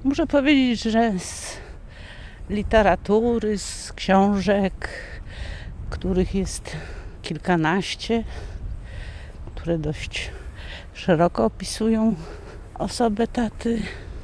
Muszę powiedzieć, że z literatury, z książek, których jest kilkanaście, które dość szeroko opisują osobę taty,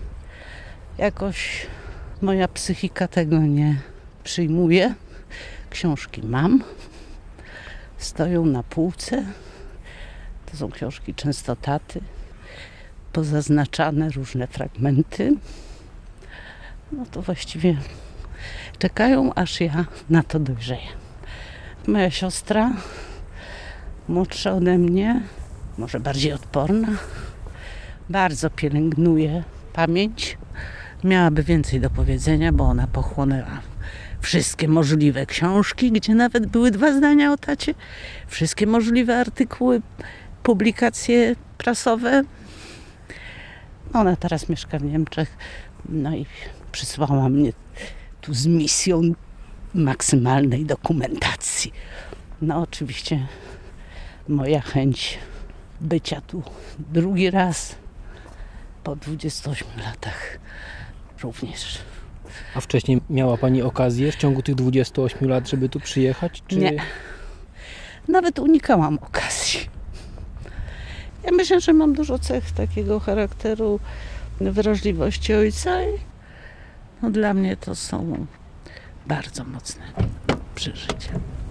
jakoś moja psychika tego nie przyjmuje. Książki mam, stoją na półce. To są książki często taty, pozaznaczane różne fragmenty. No to właściwie czekają, aż ja na to dojrzeję. Moja siostra, młodsza ode mnie, może bardziej odporna, bardzo pielęgnuje pamięć. Miałaby więcej do powiedzenia, bo ona pochłonęła wszystkie możliwe książki, gdzie nawet były 2 zdania o tacie, wszystkie możliwe artykuły, publikacje prasowe. Ona teraz mieszka w Niemczech, no i przysłała mnie tu z misją maksymalnej dokumentacji. No oczywiście moja chęć bycia tu drugi raz po 28 latach również. A wcześniej miała Pani okazję w ciągu tych 28 lat, żeby tu przyjechać? Czy... Nie. Nawet unikałam okazji. Ja myślę, że mam dużo cech takiego charakteru, wrażliwości ojca i no dla mnie to są bardzo mocne przeżycia.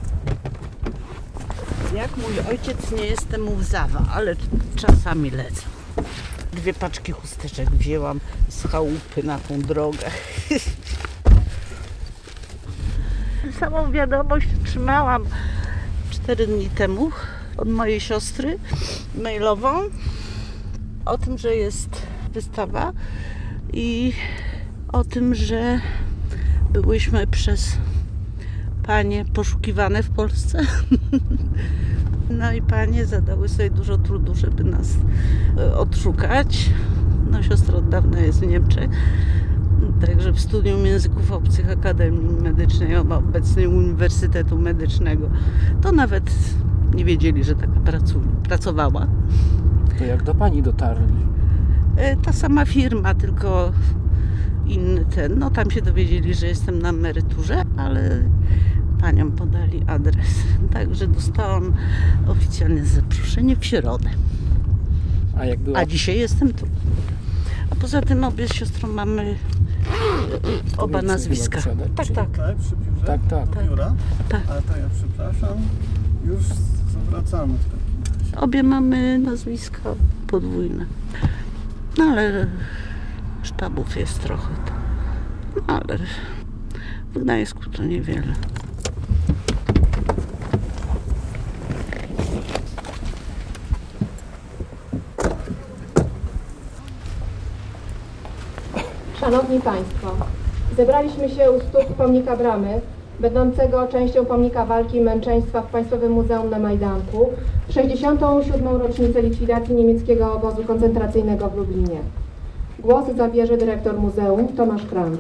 Jak mój ojciec nie jestem łzawa, ale czasami lecą. 2 paczki chusteczek wzięłam z chałupy na tą drogę. Samą wiadomość otrzymałam 4 dni temu od mojej siostry mailową o tym, że jest wystawa i o tym, że byłyśmy przez panie poszukiwane w Polsce. No i panie zadały sobie dużo trudu, żeby nas odszukać. No siostra od dawna jest w Niemczech, także w Studium Języków Obcych Akademii Medycznej, obecnie Uniwersytetu Medycznego. To nawet nie wiedzieli, że taka pracowała. To jak do Pani dotarli? Ta sama firma, tylko inny ten. No tam się dowiedzieli, że jestem na emeryturze, ale paniom podali adres. Także dostałam oficjalne zaproszenie w środę. A dzisiaj jestem tu. A poza tym obie z siostrą mamy oba nazwiska. Tak. Tak, przy biurze? Tak. Do biura? Tak. Ale to ja przepraszam, już zawracamy w takim razie. Obie mamy nazwiska podwójne. No ale sztabów jest trochę. No ale w Gdańsku to niewiele. Szanowni Państwo, zebraliśmy się u stóp pomnika Bramy, będącego częścią pomnika walki i męczeństwa w Państwowym Muzeum na Majdanku, w 67. rocznicę likwidacji niemieckiego obozu koncentracyjnego w Lublinie. Głos zabierze dyrektor muzeum Tomasz Kranz.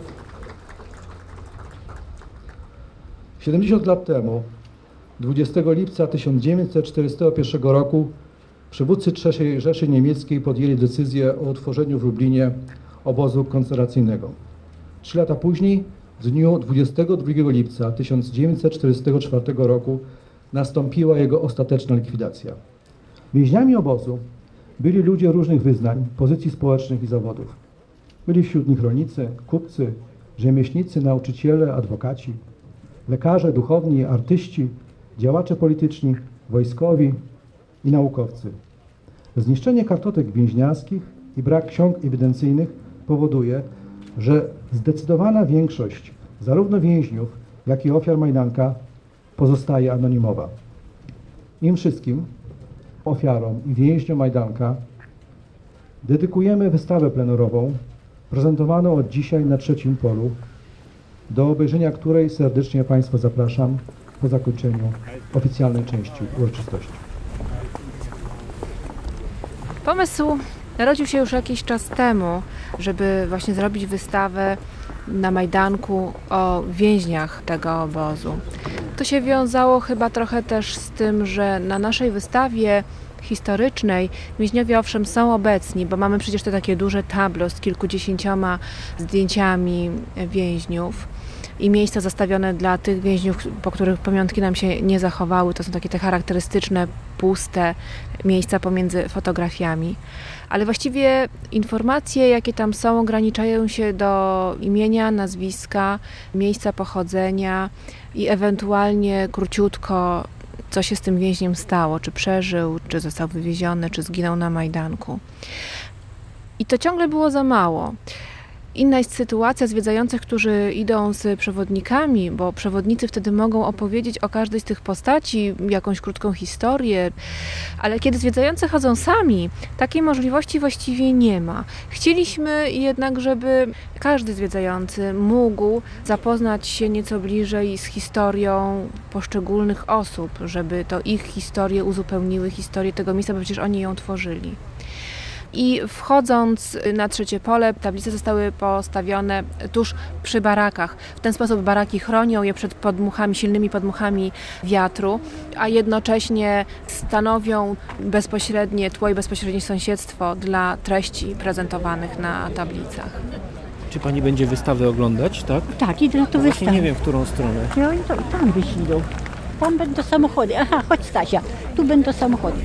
70 lat temu, 20 lipca 1941 roku, przywódcy III Rzeszy Niemieckiej podjęli decyzję o utworzeniu w Lublinie obozu koncentracyjnego. 3 lata później, w dniu 22 lipca 1944 roku, nastąpiła jego ostateczna likwidacja. Więźniami obozu byli ludzie różnych wyznań, pozycji społecznych i zawodów. Byli wśród nich rolnicy, kupcy, rzemieślnicy, nauczyciele, adwokaci, lekarze, duchowni, artyści, działacze polityczni, wojskowi i naukowcy. Zniszczenie kartotek więźniarskich i brak ksiąg ewidencyjnych powoduje, że zdecydowana większość zarówno więźniów, jak i ofiar Majdanka pozostaje anonimowa. Im wszystkim, ofiarom i więźniom Majdanka, dedykujemy wystawę plenerową prezentowaną od dzisiaj na Trzecim Polu, do obejrzenia której serdecznie Państwa zapraszam po zakończeniu oficjalnej części uroczystości. Pomysł narodził się już jakiś czas temu, żeby właśnie zrobić wystawę na Majdanku o więźniach tego obozu. To się wiązało chyba trochę też z tym, że na naszej wystawie historycznej więźniowie owszem są obecni, bo mamy przecież te takie duże tablo z kilkudziesięcioma zdjęciami więźniów i miejsca zastawione dla tych więźniów, po których pamiątki nam się nie zachowały. To są takie te charakterystyczne, puste miejsca pomiędzy fotografiami. Ale właściwie informacje, jakie tam są, ograniczają się do imienia, nazwiska, miejsca pochodzenia i ewentualnie króciutko, co się z tym więźniem stało, czy przeżył, czy został wywieziony, czy zginął na Majdanku. I to ciągle było za mało. Inna jest sytuacja zwiedzających, którzy idą z przewodnikami, bo przewodnicy wtedy mogą opowiedzieć o każdej z tych postaci jakąś krótką historię, ale kiedy zwiedzający chodzą sami, takiej możliwości właściwie nie ma. Chcieliśmy jednak, żeby każdy zwiedzający mógł zapoznać się nieco bliżej z historią poszczególnych osób, żeby to ich historie uzupełniły historię tego miejsca, bo przecież oni ją tworzyli. I wchodząc na Trzecie Pole, tablice zostały postawione tuż przy barakach. W ten sposób baraki chronią je przed silnymi podmuchami wiatru, a jednocześnie stanowią bezpośrednie tło i bezpośrednie sąsiedztwo dla treści prezentowanych na tablicach. Czy pani będzie wystawę oglądać, tak? Tak, idę na to Właśnie wystawę. nie wiem, w którą stronę. No i to tam wyślą. Tam będą samochody. Aha, chodź Stasia, tu będą samochody.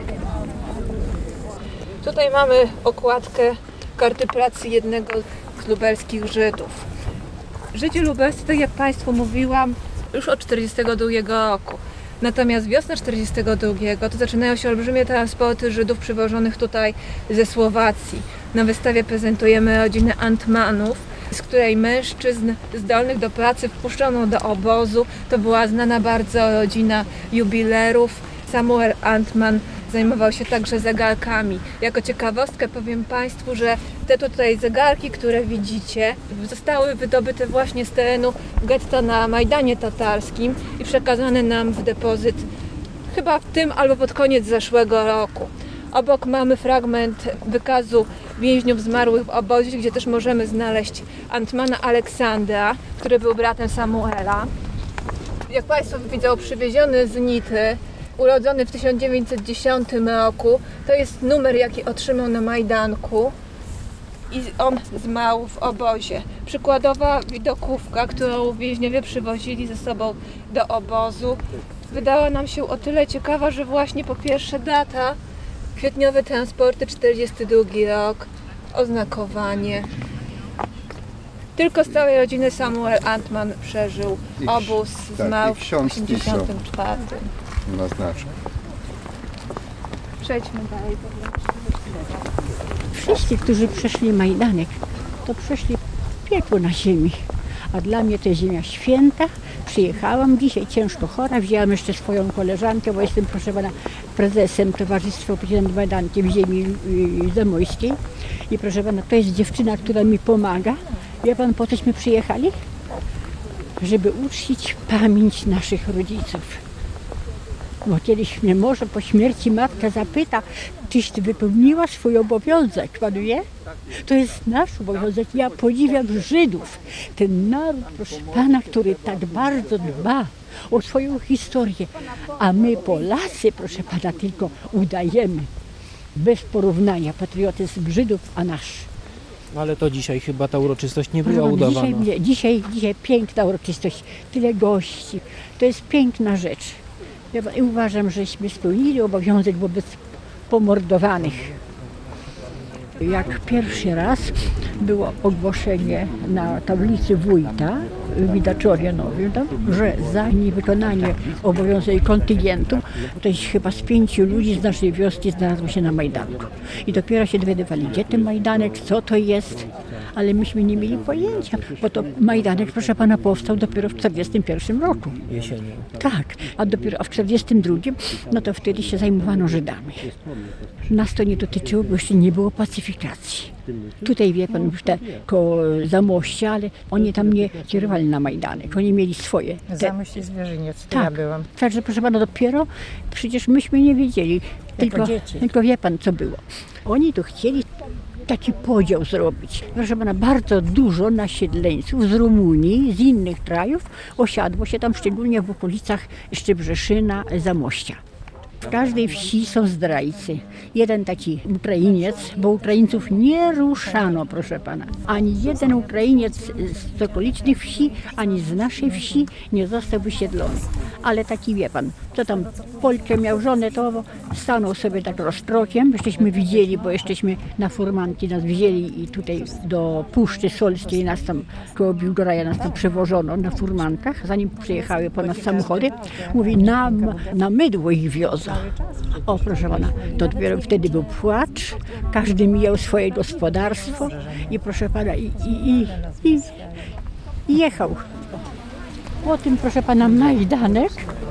Tutaj mamy okładkę karty pracy jednego z lubelskich Żydów. Żydzi lubelscy, tak jak Państwu mówiłam, już od 1942 roku. Natomiast wiosna 1942 to zaczynają się olbrzymie transporty Żydów przywożonych tutaj ze Słowacji. Na wystawie prezentujemy rodzinę Antmanów, z której mężczyzn zdolnych do pracy wpuszczono do obozu. To była znana bardzo rodzina jubilerów. Samuel Antman zajmował się także zegarkami. Jako ciekawostkę powiem Państwu, że te tutaj zegarki, które widzicie, zostały wydobyte właśnie z terenu getta na Majdanie Tatarskim i przekazane nam w depozyt chyba w tym albo pod koniec zeszłego roku. Obok mamy fragment wykazu więźniów zmarłych w obozie, gdzie też możemy znaleźć Antmana Aleksandra, który był bratem Samuela. Jak Państwo widzą, przywieziony z Nitry, urodzony w 1910 roku, to jest numer, jaki otrzymał na Majdanku i on zmarł w obozie. Przykładowa widokówka, którą więźniowie przywozili ze sobą do obozu, wydała nam się o tyle ciekawa, że właśnie po pierwsze data, kwietniowe transporty, 1942 rok, oznakowanie. Tylko z całej rodziny Samuel Antman przeżył obóz, zmarł w 1984. Naznaczę. Przejdźmy dalej. Wszyscy, którzy przeszli Majdanek, to przeszli piekło na ziemi. A dla mnie to jest ziemia święta. Przyjechałam dzisiaj ciężko chora, wzięłam jeszcze swoją koleżankę, bo jestem, proszę pana, prezesem Towarzystwa Opieki nad Majdankiem w ziemi zamojskiej. I proszę pana, to jest dziewczyna, która mi pomaga. Wie pan, po cośmy przyjechali? Żeby uczcić pamięć naszych rodziców. Bo kiedyś mnie może po śmierci matka zapyta, czyś ty wypełniła swój obowiązek, pan wie? To jest nasz obowiązek. Ja podziwiam Żydów. Ten naród, proszę pana, który tak bardzo dba o swoją historię. A my Polacy, proszę pana, tylko udajemy bez porównania patriotyzm Żydów, a nasz. Ale to dzisiaj chyba ta uroczystość nie była udawana. Dzisiaj piękna uroczystość, tyle gości. To jest piękna rzecz. Ja uważam, żeśmy spełnili obowiązek wobec pomordowanych. Jak pierwszy raz było ogłoszenie na tablicy wójta w Widaczowie Nowym, że za niewykonanie obowiązku kontyngentu, to jest chyba z 5 ludzi z naszej wioski znalazło się na Majdanku. I dopiero się dowiadywali, gdzie ten Majdanek, co to jest, ale myśmy nie mieli pojęcia, bo to Majdanek, proszę pana, powstał dopiero w 1941 roku. Jesienią. Tak, a dopiero w 1942, no to wtedy się zajmowano Żydami. Nas to nie dotyczyło, bo jeszcze nie było pacyfikacji. Tutaj, wie pan, już te koło Zamościa, ale oni tam nie kierowali na Majdanek, oni mieli swoje. Zamość i Zwierzyniec, to tak, ja byłam. Także proszę pana, dopiero przecież myśmy nie wiedzieli, tylko wie pan, co było. Oni tu chcieli taki podział zrobić. Proszę pana, bardzo dużo nasiedleńców z Rumunii, z innych krajów osiadło się tam, szczególnie w okolicach Szczebrzeszyna, Zamościa. W każdej wsi są zdrajcy. Jeden taki Ukrainiec, bo Ukraińców nie ruszano, proszę pana. Ani jeden Ukrainiec z okolicznych wsi, ani z naszej wsi nie został wysiedlony. Ale taki, wie pan, co tam Polkę miał żonę, to stanął sobie tak rozkrokiem. Żeśmy widzieli, bo jeszcześmy na furmanki nas wzięli i tutaj do Puszczy Solskiej nas tam, koło Biłgoraja nas tam przewożono na furmankach. Zanim przyjechały po nas samochody, mówi, na mydło ich wiozą. O, proszę pana, to dopiero wtedy był płacz, każdy mijał swoje gospodarstwo i proszę pana, i jechał. Potem, proszę pana, Majdanek,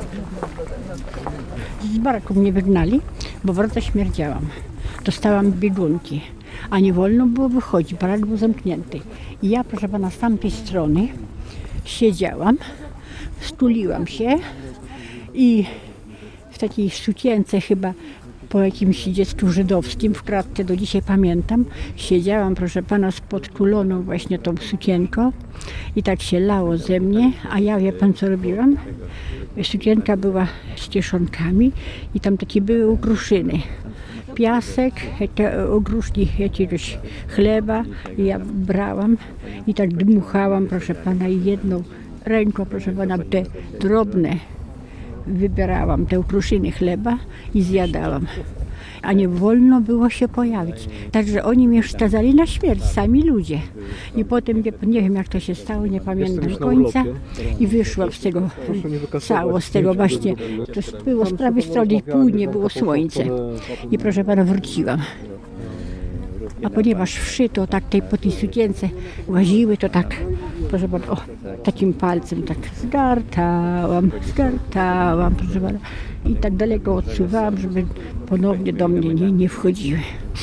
z barku mnie wygnali, bo bardzo śmierdziałam. Dostałam biegunki, a nie wolno było wychodzić, barak był zamknięty. I ja, proszę pana, z tamtej strony siedziałam, stuliłam się i w takiej sukience chyba po jakimś dziecku żydowskim w kratce, do dzisiaj pamiętam, siedziałam, proszę pana, z podkuloną właśnie tą sukienką i tak się lało ze mnie, a ja, wie pan, co robiłam? Sukienka była z kieszonkami i tam takie były ukruszyny. Piasek, ogróżki jakiegoś chleba i ja brałam i tak dmuchałam, proszę pana, i jedną ręką, proszę pana, te drobne wybierałam, te ukruszyny chleba i zjadałam. A nie wolno było się pojawić. Także oni mnie skazali na śmierć, sami ludzie. I potem, nie wiem jak to się stało, nie pamiętam końca. I wyszłam z tego cało, z tego właśnie, to było z prawej strony południe, było słońce. I proszę pana, wróciłam. A ponieważ wszy to tak po tej sukience łaziły, to tak, proszę pana, o, takim palcem tak zgartałam, proszę pana. I tak daleko odsuwałam, żeby ponownie do mnie nie wchodziły.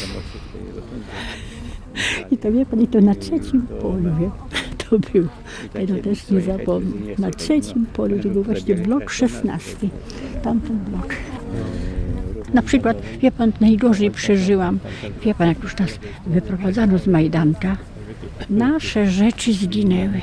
I to, wie pan, i to na trzecim polu, wie, to był, to też nie zapomnę, na trzecim polu to był właśnie blok 16, tamten blok. Na przykład, wie pan, najgorzej przeżyłam, wie pan, jak już nas wyprowadzano z Majdanka, nasze rzeczy zginęły.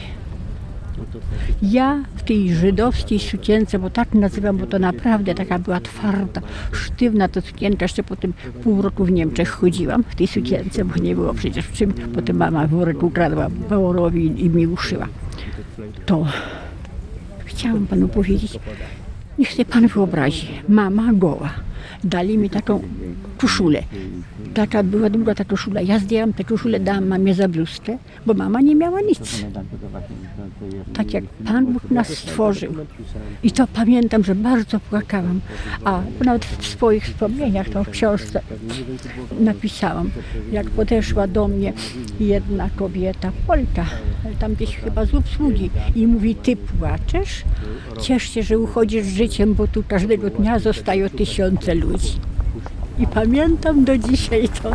Ja w tej żydowskiej sukience, bo tak nazywam, bo to naprawdę taka była twarda, sztywna ta sukienka, jeszcze potem pół roku w Niemczech chodziłam w tej sukience, bo nie było przecież w czym, potem mama worek ukradła Bałorowi i mi uszyła. To chciałam panu powiedzieć, niech sobie pan wyobrazi, mama goła. Dali mi taką koszulę. Taka była długa ta koszula. Ja zdjęłam tę koszulę, dałam mamie za bluzkę, bo mama nie miała nic. Tak jak Pan Bóg nas stworzył. I to pamiętam, że bardzo płakałam. A nawet w swoich wspomnieniach, to w książce napisałam, jak podeszła do mnie jedna kobieta, Polka, tam gdzieś chyba z obsługi, i mówi, ty płaczesz? Ciesz się, że uchodzisz z życiem, bo tu każdego dnia zostają tysiące ludzi. I pamiętam do dzisiaj to.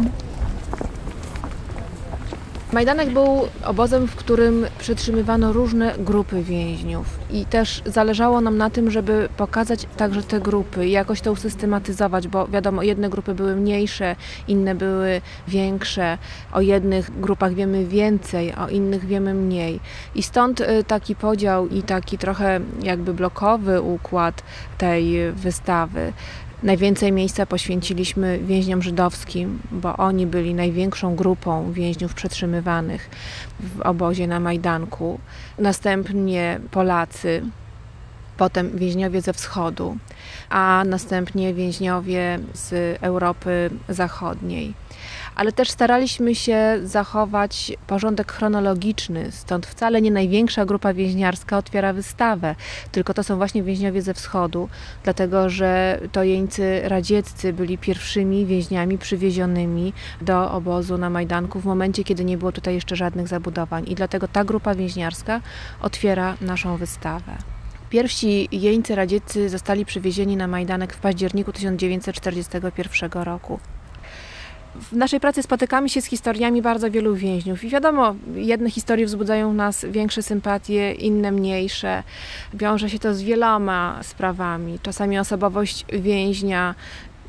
Majdanek był obozem, w którym przetrzymywano różne grupy więźniów i też zależało nam na tym, żeby pokazać także te grupy i jakoś to usystematyzować, bo wiadomo, jedne grupy były mniejsze, inne były większe, o jednych grupach wiemy więcej, o innych wiemy mniej. I stąd taki podział i taki trochę jakby blokowy układ tej wystawy. Najwięcej miejsca poświęciliśmy więźniom żydowskim, bo oni byli największą grupą więźniów przetrzymywanych w obozie na Majdanku. Następnie Polacy, potem więźniowie ze wschodu, a następnie więźniowie z Europy Zachodniej. Ale też staraliśmy się zachować porządek chronologiczny, stąd wcale nie największa grupa więźniarska otwiera wystawę, tylko to są właśnie więźniowie ze wschodu, dlatego że to jeńcy radzieccy byli pierwszymi więźniami przywiezionymi do obozu na Majdanku w momencie, kiedy nie było tutaj jeszcze żadnych zabudowań i dlatego ta grupa więźniarska otwiera naszą wystawę. Pierwsi jeńcy radzieccy zostali przywiezieni na Majdanek w październiku 1941 roku. W naszej pracy spotykamy się z historiami bardzo wielu więźniów i wiadomo, jedne historie wzbudzają w nas większe sympatie, inne mniejsze. Wiąże się to z wieloma sprawami. Czasami osobowość więźnia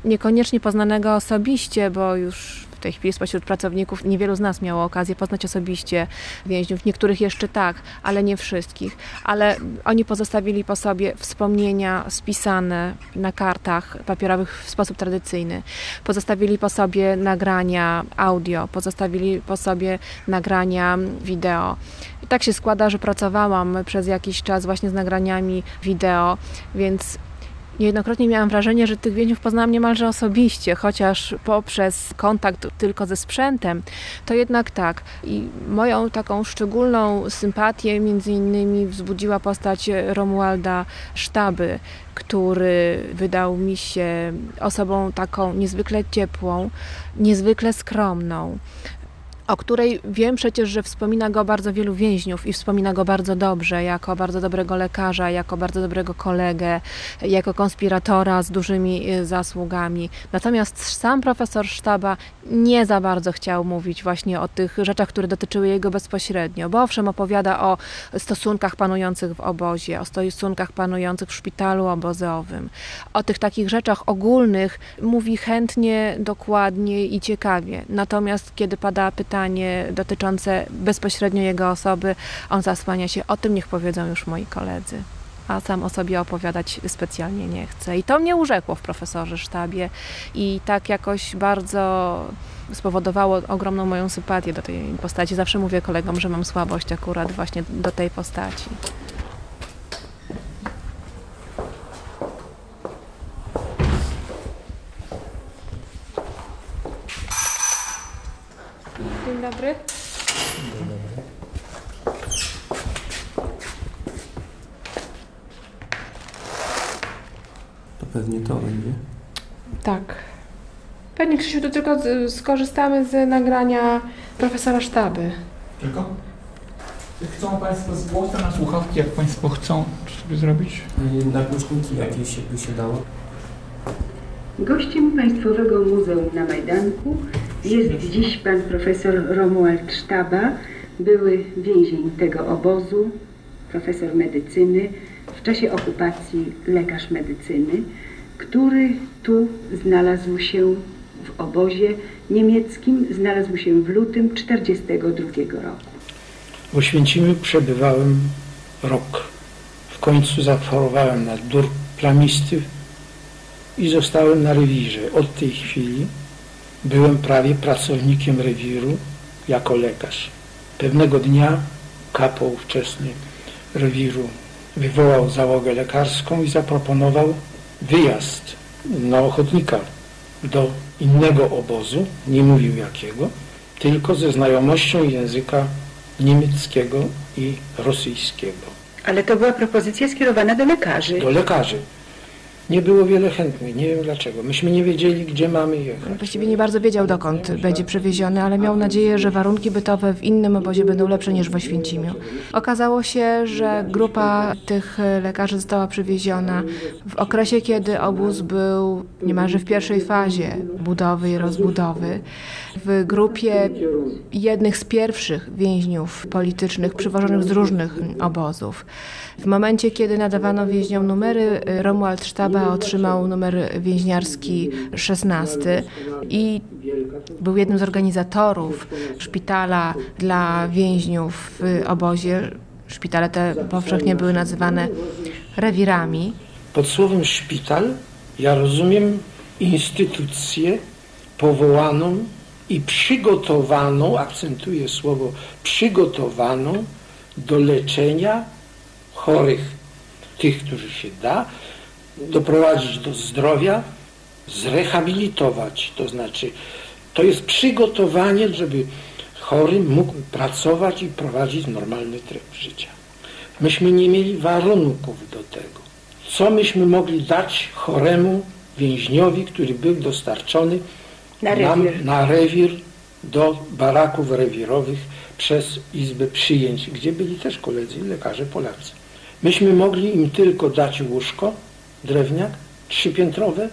niekoniecznie poznanego osobiście, bo już w tej chwili spośród pracowników niewielu z nas miało okazję poznać osobiście więźniów. Niektórych jeszcze tak, ale nie wszystkich. Ale oni pozostawili po sobie wspomnienia spisane na kartach papierowych w sposób tradycyjny. Pozostawili po sobie nagrania audio, pozostawili po sobie nagrania wideo. I tak się składa, że pracowałam przez jakiś czas właśnie z nagraniami wideo, więc niejednokrotnie miałam wrażenie, że tych więźniów poznałam niemalże osobiście, chociaż poprzez kontakt tylko ze sprzętem, to jednak tak. I moją taką szczególną sympatię między innymi wzbudziła postać Romualda Sztaby, który wydał mi się osobą taką niezwykle ciepłą, niezwykle skromną, o której wiem przecież, że wspomina go bardzo wielu więźniów i wspomina go bardzo dobrze, jako bardzo dobrego lekarza, jako bardzo dobrego kolegę, jako konspiratora z dużymi zasługami. Natomiast sam profesor Sztaba nie za bardzo chciał mówić właśnie o tych rzeczach, które dotyczyły jego bezpośrednio, bo owszem opowiada o stosunkach panujących w obozie, o stosunkach panujących w szpitalu obozowym, o tych takich rzeczach ogólnych mówi chętnie, dokładnie i ciekawie. Natomiast kiedy pada pytanie dotyczące bezpośrednio jego osoby, on zasłania się, o tym niech powiedzą już moi koledzy. A sam o sobie opowiadać specjalnie nie chce. I to mnie urzekło w profesorze Sztabie i tak jakoś bardzo spowodowało ogromną moją sympatię do tej postaci. Zawsze mówię kolegom, że mam słabość akurat właśnie do tej postaci. Dzień dobry. To pewnie to będzie. Tak. Panie Krzysiu, to tylko skorzystamy z nagrania profesora Sztaby. Tylko? Chcą Państwo z głosu na słuchawki, jak Państwo chcą sobie zrobić? Nagłośniki jakieś by się dało. Gościem Państwowego Muzeum na Majdanku jest dziś pan profesor Romuald Sztaba, były więzień tego obozu, profesor medycyny, w czasie okupacji lekarz medycyny, który tu znalazł się w obozie niemieckim, znalazł się w lutym 1942 roku. W Oświęcimiu przebywałem rok. W końcu zachorowałem na dur plamisty i zostałem na rewirze. Od tej chwili byłem prawie pracownikiem rewiru jako lekarz. Pewnego dnia kapo ówczesny rewiru wywołał załogę lekarską i zaproponował wyjazd na ochotnika do innego obozu, nie mówił jakiego, tylko ze znajomością języka niemieckiego i rosyjskiego. Ale to była propozycja skierowana do lekarzy. Do lekarzy. Nie było wiele chętnych, nie wiem dlaczego. Myśmy nie wiedzieli, gdzie mamy jechać. Właściwie nie bardzo wiedział, dokąd będzie przewieziony, ale miał nadzieję, że warunki bytowe w innym obozie będą lepsze niż w Oświęcimiu. Okazało się, że grupa tych lekarzy została przywieziona w okresie, kiedy obóz był niemalże w pierwszej fazie budowy i rozbudowy. W grupie jednych z pierwszych więźniów politycznych przywożonych z różnych obozów. W momencie, kiedy nadawano więźniom numery, Romuald Sztaba otrzymał numer więźniarski 16 i był jednym z organizatorów szpitala dla więźniów w obozie. Szpitale te powszechnie były nazywane rewirami. Pod słowem szpital ja rozumiem instytucję powołaną i przygotowaną, akcentuję słowo przygotowaną do leczenia chorych, tych, którzy się da, doprowadzić do zdrowia, zrehabilitować. To znaczy, to jest przygotowanie, żeby chory mógł pracować i prowadzić normalny tryb życia. Myśmy nie mieli warunków do tego. Co myśmy mogli dać choremu więźniowi, który był dostarczony na rewir do baraków rewirowych przez Izbę Przyjęć, gdzie byli też koledzy, lekarze Polacy. Myśmy mogli im tylko dać łóżko, drewniak, 3-piętrowe,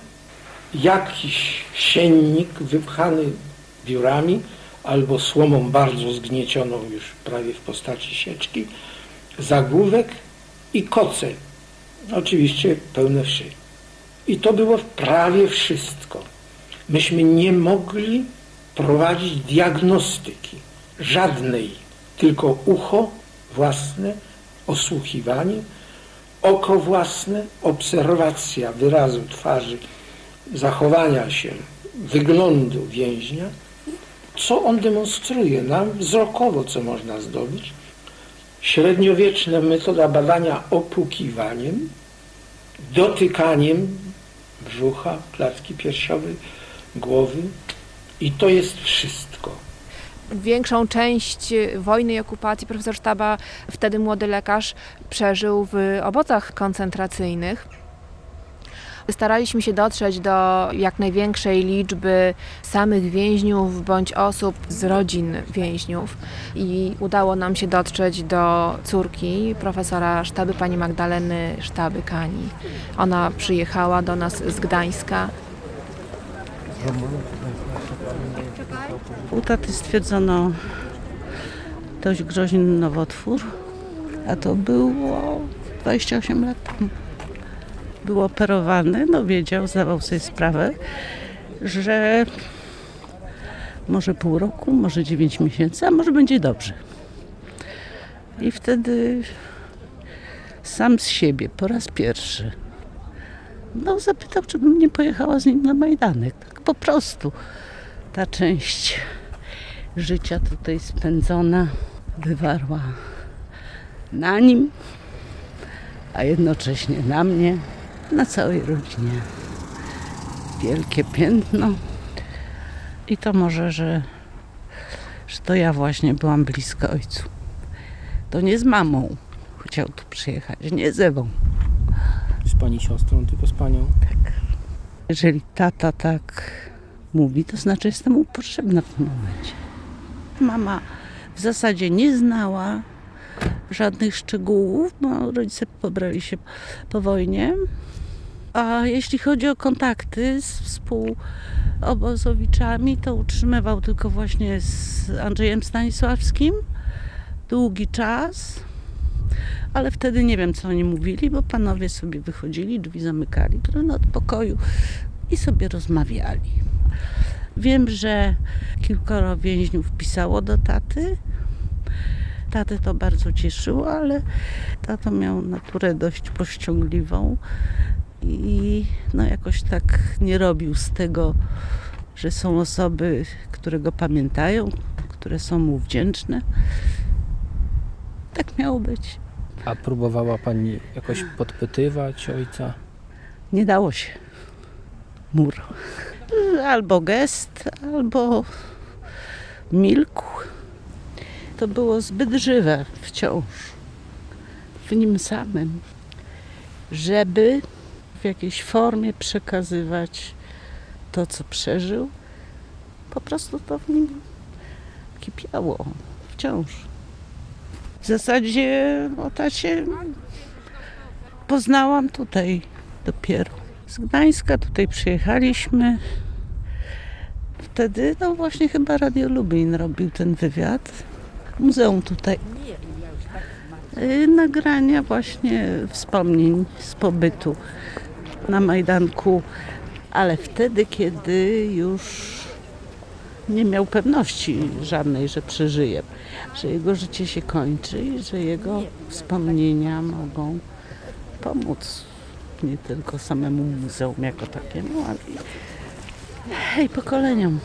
jakiś siennik wypchany wiórami albo słomą bardzo zgniecioną już prawie w postaci sieczki, zagłówek i koce, oczywiście pełne wszy. I to było prawie wszystko. Myśmy nie mogli prowadzić diagnostyki żadnej, tylko ucho własne, osłuchiwanie, oko własne, obserwacja wyrazu twarzy, zachowania się, wyglądu więźnia, co on demonstruje nam wzrokowo, co można zdobyć. Średniowieczna metoda badania opłukiwaniem, dotykaniem brzucha, klatki piersiowej, głowy i to jest wszystko. Większą część wojny i okupacji profesor Sztaba, wtedy młody lekarz, przeżył w obozach koncentracyjnych. Staraliśmy się dotrzeć do jak największej liczby samych więźniów bądź osób z rodzin więźniów i udało nam się dotrzeć do córki profesora Sztaby, pani Magdaleny Sztaby-Kani. Ona przyjechała do nas z Gdańska. U taty stwierdzono dość groźny nowotwór, a to było 28 lat temu. Był operowany, wiedział, zdawał sobie sprawę, że może pół roku, może 9 miesięcy, a może będzie dobrze. I wtedy sam z siebie po raz pierwszy zapytał, czy bym nie pojechała z nim na Majdanek. Tak po prostu. Ta część życia tutaj spędzona wywarła na nim, a jednocześnie na mnie, na całej rodzinie wielkie piętno. I to może, że to ja właśnie byłam bliska ojcu. To nie z mamą chciał tu przyjechać, nie z Ewą. Z pani siostrą, tylko z panią? Tak. Jeżeli tata tak mówi, to znaczy jestem mu potrzebna w tym momencie. Mama w zasadzie nie znała żadnych szczegółów, bo rodzice pobrali się po wojnie. A jeśli chodzi o kontakty z współobozowiczami, to utrzymywał tylko właśnie z Andrzejem Stanisławskim długi czas. Ale wtedy nie wiem, co oni mówili, bo panowie sobie wychodzili, drzwi zamykali od pokoju i sobie rozmawiali. Wiem, że kilkoro więźniów pisało do taty. Tatę to bardzo cieszyło, ale tato miał naturę dość powściągliwą i jakoś tak nie robił z tego, że są osoby, które go pamiętają, które są mu wdzięczne. Tak miało być. A próbowała pani jakoś podpytywać ojca? Nie dało się. Mur. Albo gest, albo milkł. To było zbyt żywe wciąż w nim samym, żeby w jakiejś formie przekazywać to, co przeżył. Po prostu to w nim kipiało wciąż. W zasadzie o tacie poznałam tutaj dopiero. Z Gdańska tutaj przyjechaliśmy. Wtedy właśnie chyba Radio Lublin robił ten wywiad. Muzeum tutaj. Nagrania właśnie wspomnień z pobytu na Majdanku, ale wtedy, kiedy już nie miał pewności żadnej, że przeżyje, że jego życie się kończy i że jego wspomnienia mogą pomóc nie tylko samemu muzeum jako takiemu, ale i pokoleniom.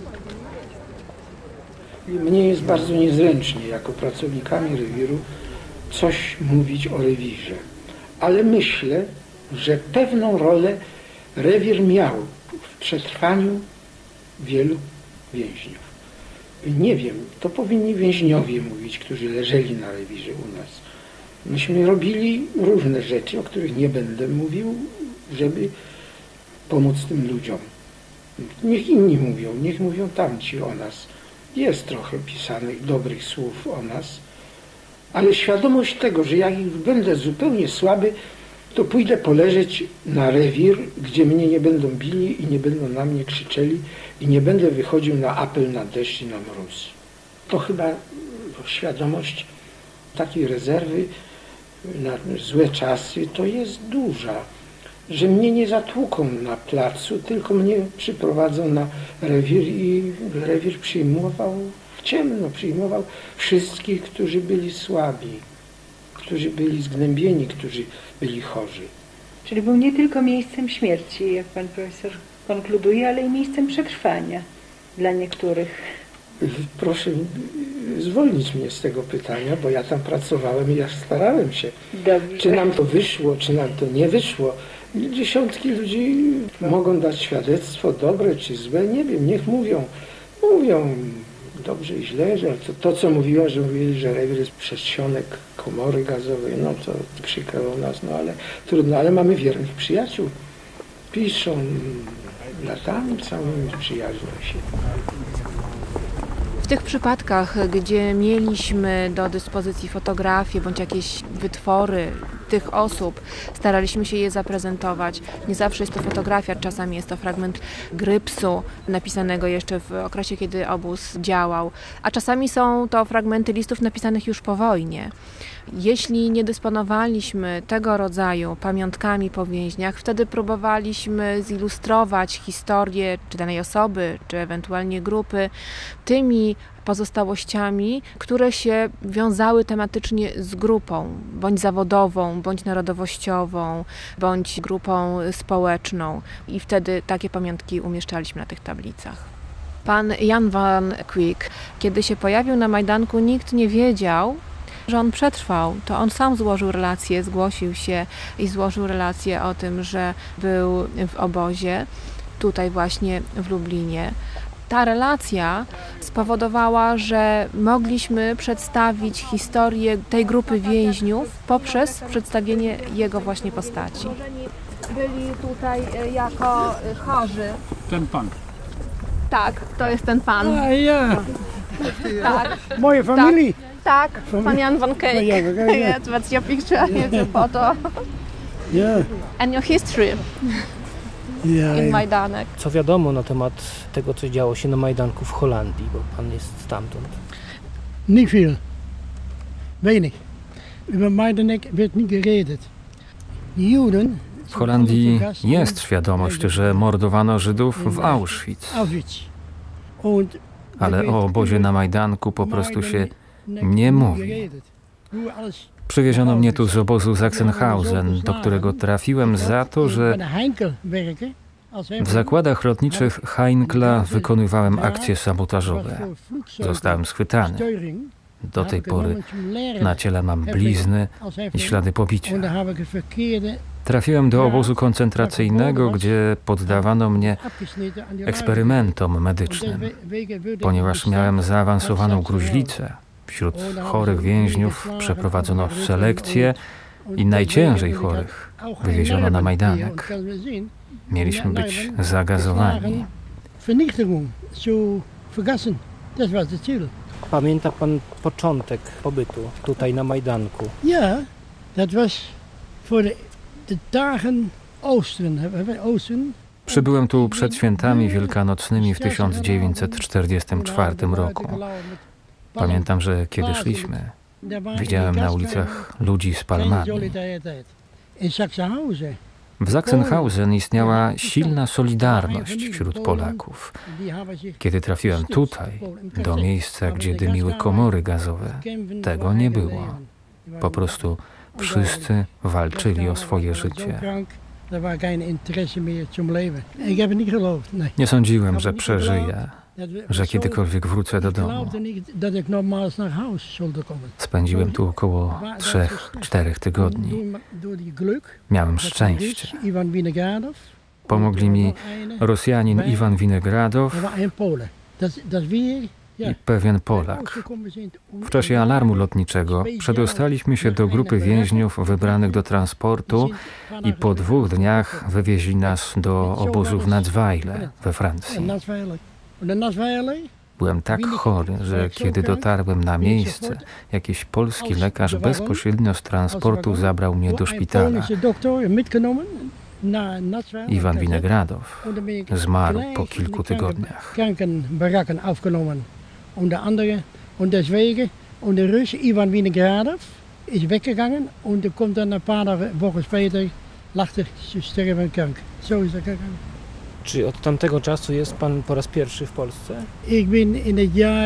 Mnie jest bardzo niezręcznie jako pracownikami rewiru coś mówić o rewirze, ale myślę, że pewną rolę rewir miał w przetrwaniu wielu więźniów. Nie wiem, to powinni więźniowie mówić, którzy leżeli na rewirze u nas. Myśmy robili różne rzeczy, o których nie będę mówił, żeby pomóc tym ludziom. Niech inni mówią, niech mówią tamci o nas. Jest trochę pisanych dobrych słów o nas, ale świadomość tego, że jak będę zupełnie słaby, to pójdę poleżeć na rewir, gdzie mnie nie będą bili i nie będą na mnie krzyczeli i nie będę wychodził na apel, na deszcz i na mróz. To chyba świadomość takiej rezerwy na złe czasy to jest duża. że mnie nie zatłuką na placu, tylko mnie przyprowadzą na rewir i rewir przyjmował w ciemno, przyjmował wszystkich, którzy byli słabi, którzy byli zgnębieni, którzy byli chorzy. Czyli był nie tylko miejscem śmierci, jak pan profesor konkluduje, ale i miejscem przetrwania dla niektórych. Proszę zwolnić mnie z tego pytania, bo ja tam pracowałem i ja starałem się. Dobrze. Czy nam to wyszło, czy nam to nie wyszło. Dziesiątki ludzi mogą dać świadectwo, dobre czy złe, nie wiem, niech mówią. Mówią dobrze i źle, że to co mówiła, że mówili, że rewir jest przedsionek komory gazowej, no to przykro nas, no ale trudno, ale mamy wiernych przyjaciół. Piszą latami całymi, przyjaźnią się. W tych przypadkach, gdzie mieliśmy do dyspozycji fotografie bądź jakieś wytwory tych osób, staraliśmy się je zaprezentować. Nie zawsze jest to fotografia, czasami jest to fragment grypsu napisanego jeszcze w okresie, kiedy obóz działał, a czasami są to fragmenty listów napisanych już po wojnie. Jeśli nie dysponowaliśmy tego rodzaju pamiątkami po więźniach, wtedy próbowaliśmy zilustrować historię czy danej osoby, czy ewentualnie grupy tymi pozostałościami, które się wiązały tematycznie z grupą, bądź zawodową, bądź narodowościową, bądź grupą społeczną. I wtedy takie pamiątki umieszczaliśmy na tych tablicach. Pan Jan van Kwik, kiedy się pojawił na Majdanku, nikt nie wiedział, że on przetrwał. To on sam złożył relację, zgłosił się i złożył relację o tym, że był w obozie, tutaj właśnie w Lublinie. Ta relacja spowodowała, że mogliśmy przedstawić historię tej grupy więźniów poprzez przedstawienie jego właśnie postaci. Byli tutaj jako chorzy. Ten pan. Tak, to jest ten pan. A ja, Tak, moja familia. tak, pan Jan van Cake. Yeah. That's your picture, here's your photo. Yeah. And your history in Majdanek. Co wiadomo na temat tego, co działo się na Majdanku w Holandii, bo pan jest stamtąd? Niet veel. Weinig. Über Majdanek wird nie geredet. Die Juden. W Holandii jest świadomość, że mordowano Żydów w Auschwitz. Ale o obozie na Majdanku po prostu się nie mówi. Przywieziono mnie tu z obozu Sachsenhausen, do którego trafiłem za to, że w zakładach lotniczych Heinkla wykonywałem akcje sabotażowe. Zostałem schwytany. Do tej pory na ciele mam blizny i ślady pobicia. Trafiłem do obozu koncentracyjnego, gdzie poddawano mnie eksperymentom medycznym, ponieważ miałem zaawansowaną gruźlicę. Wśród chorych więźniów przeprowadzono selekcję i najciężej chorych wywieziono na Majdanek. Mieliśmy być zagazowani. Pamięta pan początek pobytu tutaj na Majdanku? Ja, dat was voor de dagen Oosten. Przybyłem tu przed świętami wielkanocnymi w 1944 roku. Pamiętam, że kiedy szliśmy, widziałem na ulicach ludzi z palmami. W Sachsenhausen istniała silna solidarność wśród Polaków. Kiedy trafiłem tutaj, do miejsca, gdzie dymiły komory gazowe, tego nie było. Po prostu wszyscy walczyli o swoje życie. Nie sądziłem, że przeżyję, że kiedykolwiek wrócę do domu. Spędziłem tu około 3-4 tygodni. Miałem szczęście. Pomogli mi Rosjanin Iwan Winegradow i pewien Polak. W czasie alarmu lotniczego przedostaliśmy się do grupy więźniów wybranych do transportu i po 2 dniach wywieźli nas do obozu w Natzweiler we Francji. Byłem tak chory, że kiedy dotarłem na miejsce, jakiś polski lekarz bezpośrednio z transportu zabrał mnie do szpitala. Iwan Winegradow zmarł po kilku tygodniach. Und der Russe Ivan Winegradow ist weggegangen und kommt dann ein paar Wochen später lachte ze sterren van kanker. Zo is dat gegaan. Czy od tamtego czasu jest pan po raz pierwszy w Polsce? Ik ben in het jaar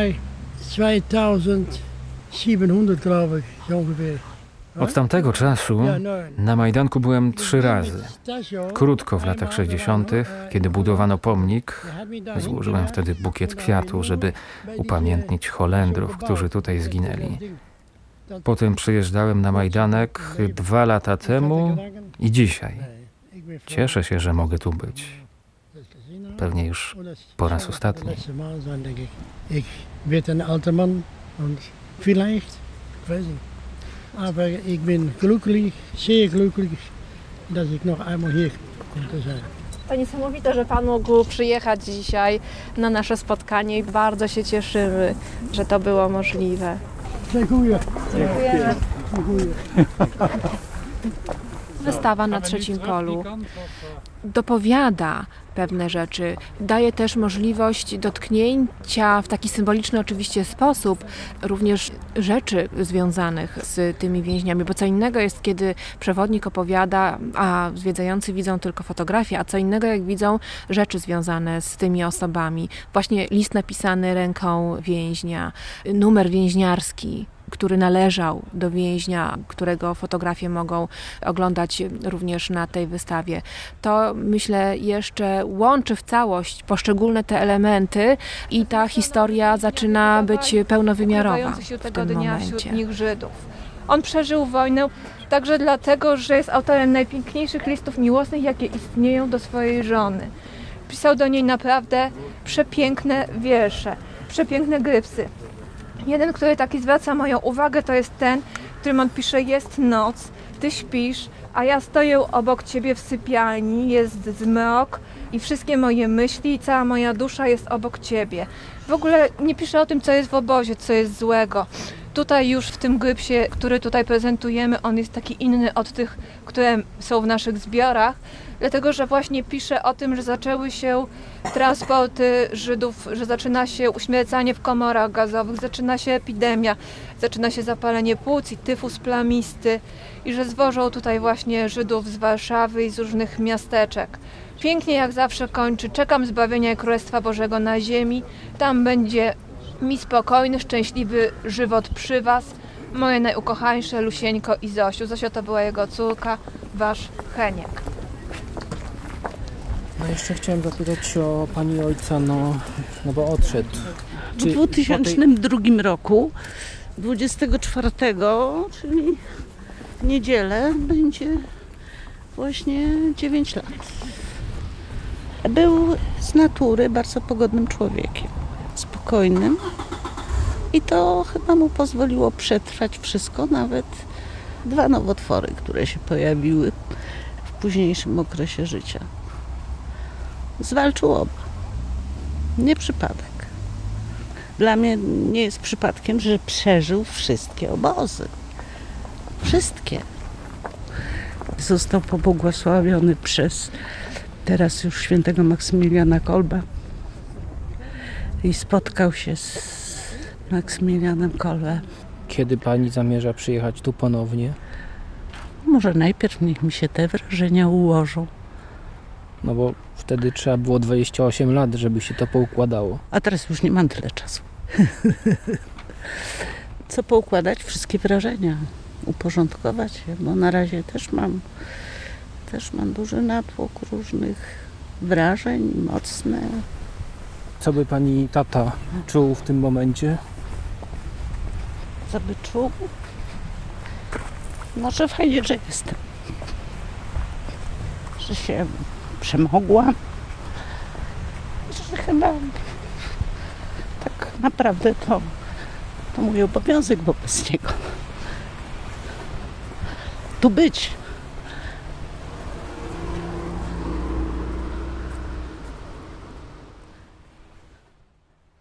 2700 geloof ik, zo ongeveer. Od tamtego czasu na Majdanku byłem 3 razy. Krótko w latach 60., kiedy budowano pomnik, złożyłem wtedy bukiet kwiatów, żeby upamiętnić Holendrów, którzy tutaj zginęli. Potem przyjeżdżałem na Majdanek 2 lata temu i dzisiaj. Cieszę się, że mogę tu być. Pewnie już po raz ostatni. Ik werd een alter man en vielleicht, ik weet niet. Aber ik ben gelukkig, zeer gelukkig, dat ik nog einmal hier kon zijn. To niesamowite, że Pan mógł przyjechać dzisiaj na nasze spotkanie i bardzo się cieszymy, że to było możliwe. Dziękuję. Dziękujemy. Dziękuję. Wystawa na Trzecim Polu dopowiada pewne rzeczy, daje też możliwość dotknięcia w taki symboliczny oczywiście sposób również rzeczy związanych z tymi więźniami, bo co innego jest, kiedy przewodnik opowiada, a zwiedzający widzą tylko fotografię, a co innego jak widzą rzeczy związane z tymi osobami. Właśnie list napisany ręką więźnia, numer więźniarski, który należał do więźnia, którego fotografie mogą oglądać również na tej wystawie. To myślę jeszcze łączy w całość poszczególne te elementy i ta historia zaczyna być pełnowymiarowa się w tego tym dnia momencie. wśród nich Żydów. On przeżył wojnę także dlatego, że jest autorem najpiękniejszych listów miłosnych, jakie istnieją do swojej żony. Pisał do niej naprawdę przepiękne wiersze, przepiękne grypsy. Jeden, który taki zwraca moją uwagę, to jest ten, w którym on pisze: jest noc, ty śpisz, a ja stoję obok ciebie w sypialni, jest zmrok i wszystkie moje myśli i cała moja dusza jest obok ciebie. W ogóle nie pisze o tym, co jest w obozie, co jest złego. Tutaj już w tym grypsie, który tutaj prezentujemy, on jest taki inny od tych, które są w naszych zbiorach, dlatego że właśnie pisze o tym, że zaczęły się transporty Żydów, że zaczyna się uśmiercanie w komorach gazowych, zaczyna się epidemia, zaczyna się zapalenie płuc i tyfus plamisty i że zwożą tutaj właśnie Żydów z Warszawy i z różnych miasteczek. Pięknie jak zawsze kończy: czekam zbawienia i Królestwa Bożego na ziemi, tam będzie mi spokojny, szczęśliwy żywot przy was, moje najukochańsze Lusieńko i Zosiu. Zosia to była jego córka, wasz Heniek. No jeszcze chciałem zapytać o pani ojca, no bo odszedł. W 2002 roku, 24, czyli w niedzielę, będzie właśnie 9 lat. Był z natury bardzo pogodnym człowiekiem, spokojnym i to chyba mu pozwoliło przetrwać wszystko, nawet 2 nowotwory, które się pojawiły w późniejszym okresie życia. Zwalczył oba. Nie przypadek. Dla mnie nie jest przypadkiem, że przeżył wszystkie obozy. Wszystkie. Został pobłogosławiony przez teraz już świętego Maksymiliana Kolba i spotkał się z Maksymilianem Kolbem. Kiedy pani zamierza przyjechać tu ponownie? Może najpierw niech mi się te wrażenia ułożą. No bo wtedy trzeba było 28 lat, żeby się to poukładało. A teraz już nie mam tyle czasu. Co poukładać? Wszystkie wrażenia. Uporządkować je, bo na razie też mam duży natłok różnych wrażeń, mocne. Co by pani tata czuł w tym momencie? Co by czuł? No, że fajnie, że jestem. Że się przemogłam. Że chyba tak naprawdę to mój obowiązek wobec niego. Tu być.